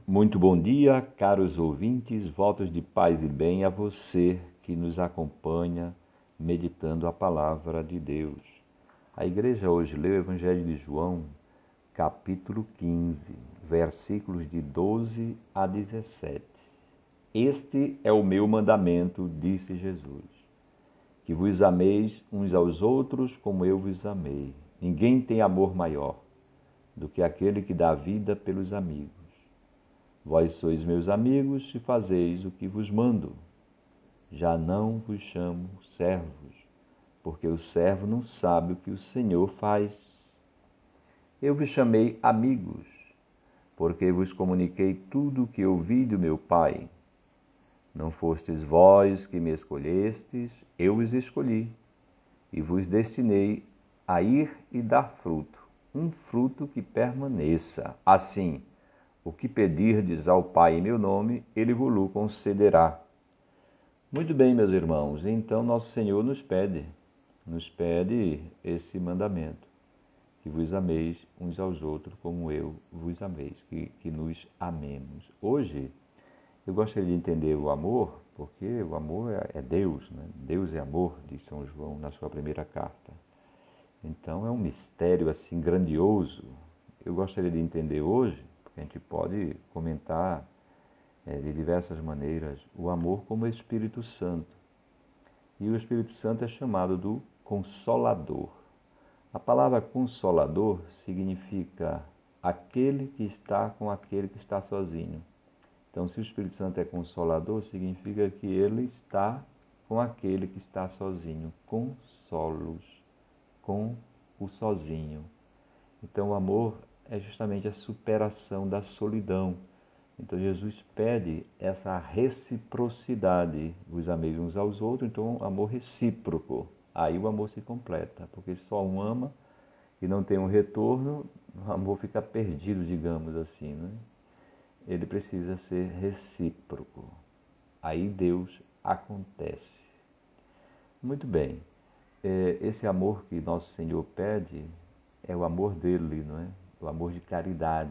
Muito bom dia, caros ouvintes, votos de paz e bem a você que nos acompanha meditando a palavra de Deus. A igreja hoje leu o Evangelho de João, capítulo 15, versículos de 12 a 17. Este é o meu mandamento, disse Jesus, que vos ameis uns aos outros como eu vos amei. Ninguém tem amor maior do que aquele que dá a vida pelos amigos. Vós sois meus amigos se fazeis o que vos mando. Já não vos chamo servos, porque o servo não sabe o que o Senhor faz. Eu vos chamei amigos, porque vos comuniquei tudo o que ouvi do meu Pai. Não fostes vós que me escolhestes, eu vos escolhi, e vos destinei a ir e dar fruto, um fruto que permaneça. Assim, o que pedirdes ao Pai em meu nome, Ele vos concederá. Muito bem, meus irmãos, então nosso Senhor nos pede esse mandamento, que vos ameis uns aos outros como eu vos amei, que nos amemos. Hoje, eu gostaria de entender o amor, porque o amor é Deus, né? Deus é amor, diz São João na sua primeira carta. Então é um mistério assim grandioso. Eu gostaria de entender hoje, porque a gente pode comentar de diversas maneiras, o amor como Espírito Santo. E o Espírito Santo é chamado do Consolador. A palavra Consolador significa aquele que está com aquele que está sozinho. Então, se o Espírito Santo é Consolador, significa que ele está com aquele que está sozinho. Consolos, com o sozinho. Então, o amor é justamente a superação da solidão. Então, Jesus pede essa reciprocidade. Vos ameis uns aos outros, então, amor recíproco. Aí o amor se completa, porque só um ama e não tem um retorno, o amor fica perdido, digamos assim, né? Ele precisa ser recíproco. Aí Deus acontece. Muito bem. Esse amor que nosso Senhor pede é o amor dele, não é? O amor de caridade.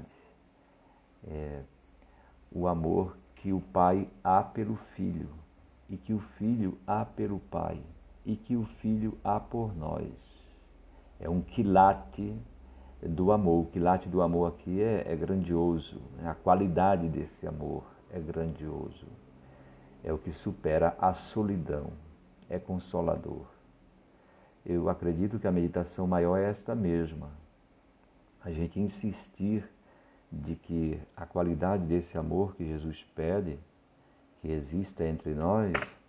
O amor que o Pai há pelo Filho, e que o Filho há pelo Pai, e que o Filho há por nós. É um quilate do amor. O quilate do amor aqui é grandioso. A qualidade desse amor é grandioso. É o que supera a solidão. É consolador. Eu acredito que a meditação maior é esta mesma. A gente insistir de que a qualidade desse amor que Jesus pede, que exista entre nós,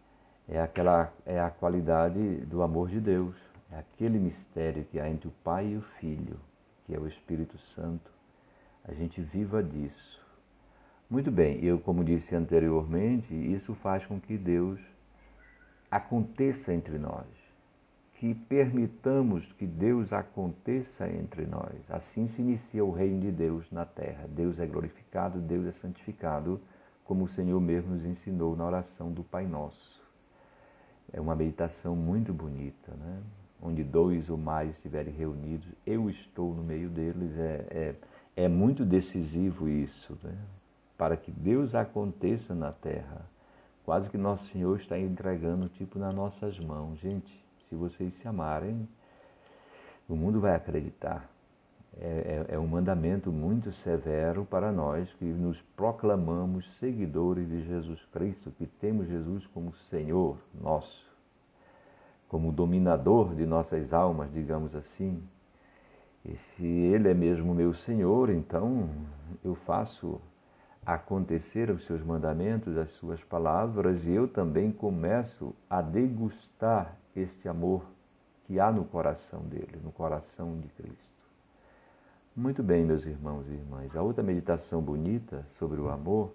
é a qualidade do amor de Deus. É aquele mistério que há entre o Pai e o Filho, que é o Espírito Santo. A gente viva disso. Muito bem, eu, como disse anteriormente, isso faz com que Deus aconteça entre nós, que permitamos que Deus aconteça entre nós. Assim se inicia o reino de Deus na terra. Deus é glorificado, Deus é santificado, como o Senhor mesmo nos ensinou na oração do Pai Nosso. É uma meditação muito bonita, né? Onde dois ou mais estiverem reunidos, eu estou no meio deles. É muito decisivo isso, né? Para que Deus aconteça na terra. Quase que Nosso Senhor está entregando tipo nas nossas mãos. Gente, se vocês se amarem, o mundo vai acreditar. É um mandamento muito severo para nós que nos proclamamos seguidores de Jesus Cristo, que temos Jesus como Senhor nosso, como dominador de nossas almas, digamos assim. E se Ele é mesmo meu Senhor, então eu faço acontecer os seus mandamentos, as suas palavras, e eu também começo a degustar este amor que há no coração dele, no coração de Cristo. Muito bem, meus irmãos e irmãs. A outra meditação bonita sobre o amor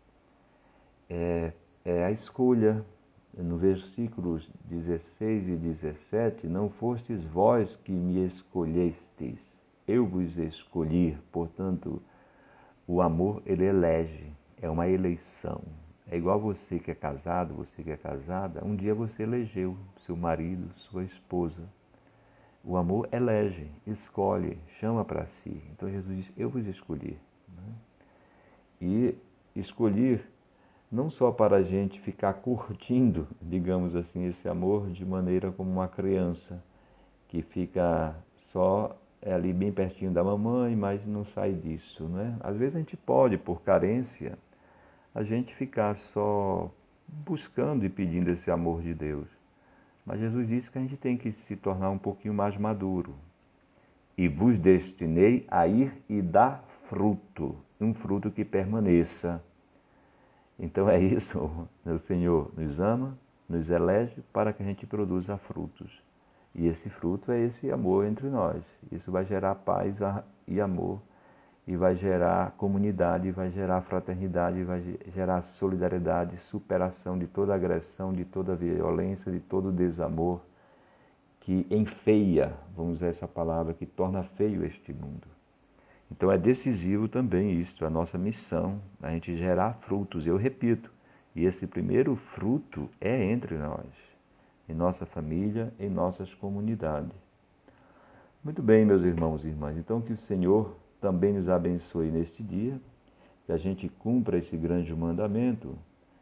é a escolha. No versículos 16 e 17, não fostes vós que me escolhestes, eu vos escolhi. Portanto, o amor, ele elege, é uma eleição. É igual você que é casado, você que é casada, um dia você elegeu seu marido, sua esposa. O amor elege, escolhe, chama para si. Então Jesus diz, eu vos escolhi. e escolhi não só para a gente ficar curtindo, digamos assim, esse amor de maneira como uma criança, que fica só ali bem pertinho da mamãe, mas não sai disso, né? Às vezes a gente pode, por carência, a gente ficar só buscando e pedindo esse amor de Deus. Mas Jesus disse que a gente tem que se tornar um pouquinho mais maduro. E vos destinei a ir e dar fruto, um fruto que permaneça. Então é isso, o Senhor nos ama, nos elege para que a gente produza frutos. E esse fruto é esse amor entre nós. Isso vai gerar paz e amor, e vai gerar comunidade, vai gerar fraternidade, vai gerar solidariedade, superação de toda agressão, de toda violência, de todo desamor, que enfeia, vamos usar essa palavra, que torna feio este mundo. Então é decisivo também isso, a nossa missão, a gente gerar frutos. Eu repito, e esse primeiro fruto é entre nós, em nossa família, em nossas comunidades. Muito bem, meus irmãos e irmãs, então que o Senhor também nos abençoe neste dia, que a gente cumpra esse grande mandamento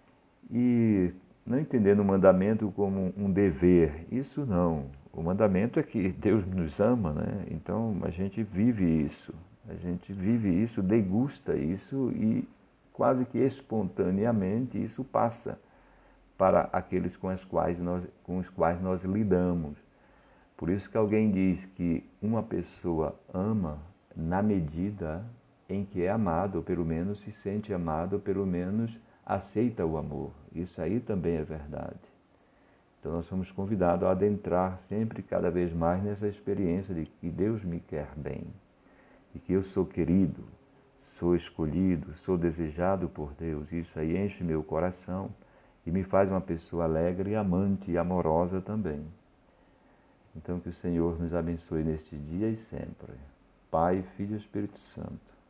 e não entendendo o mandamento como um dever, isso não. O mandamento é que Deus nos ama, né? Então a gente vive isso. A gente vive isso, degusta isso e quase que espontaneamente isso passa para aqueles com os quais nós lidamos. Por isso que alguém diz que uma pessoa ama na medida em que é amado, ou pelo menos se sente amado, ou pelo menos aceita o amor. Isso aí também é verdade. Então nós somos convidados a adentrar sempre cada vez mais nessa experiência de que Deus me quer bem, e que eu sou querido, sou escolhido, sou desejado por Deus. Isso aí enche meu coração e me faz uma pessoa alegre, amante e amorosa também. Então que o Senhor nos abençoe neste dia e sempre. Pai, Filho e Espírito Santo.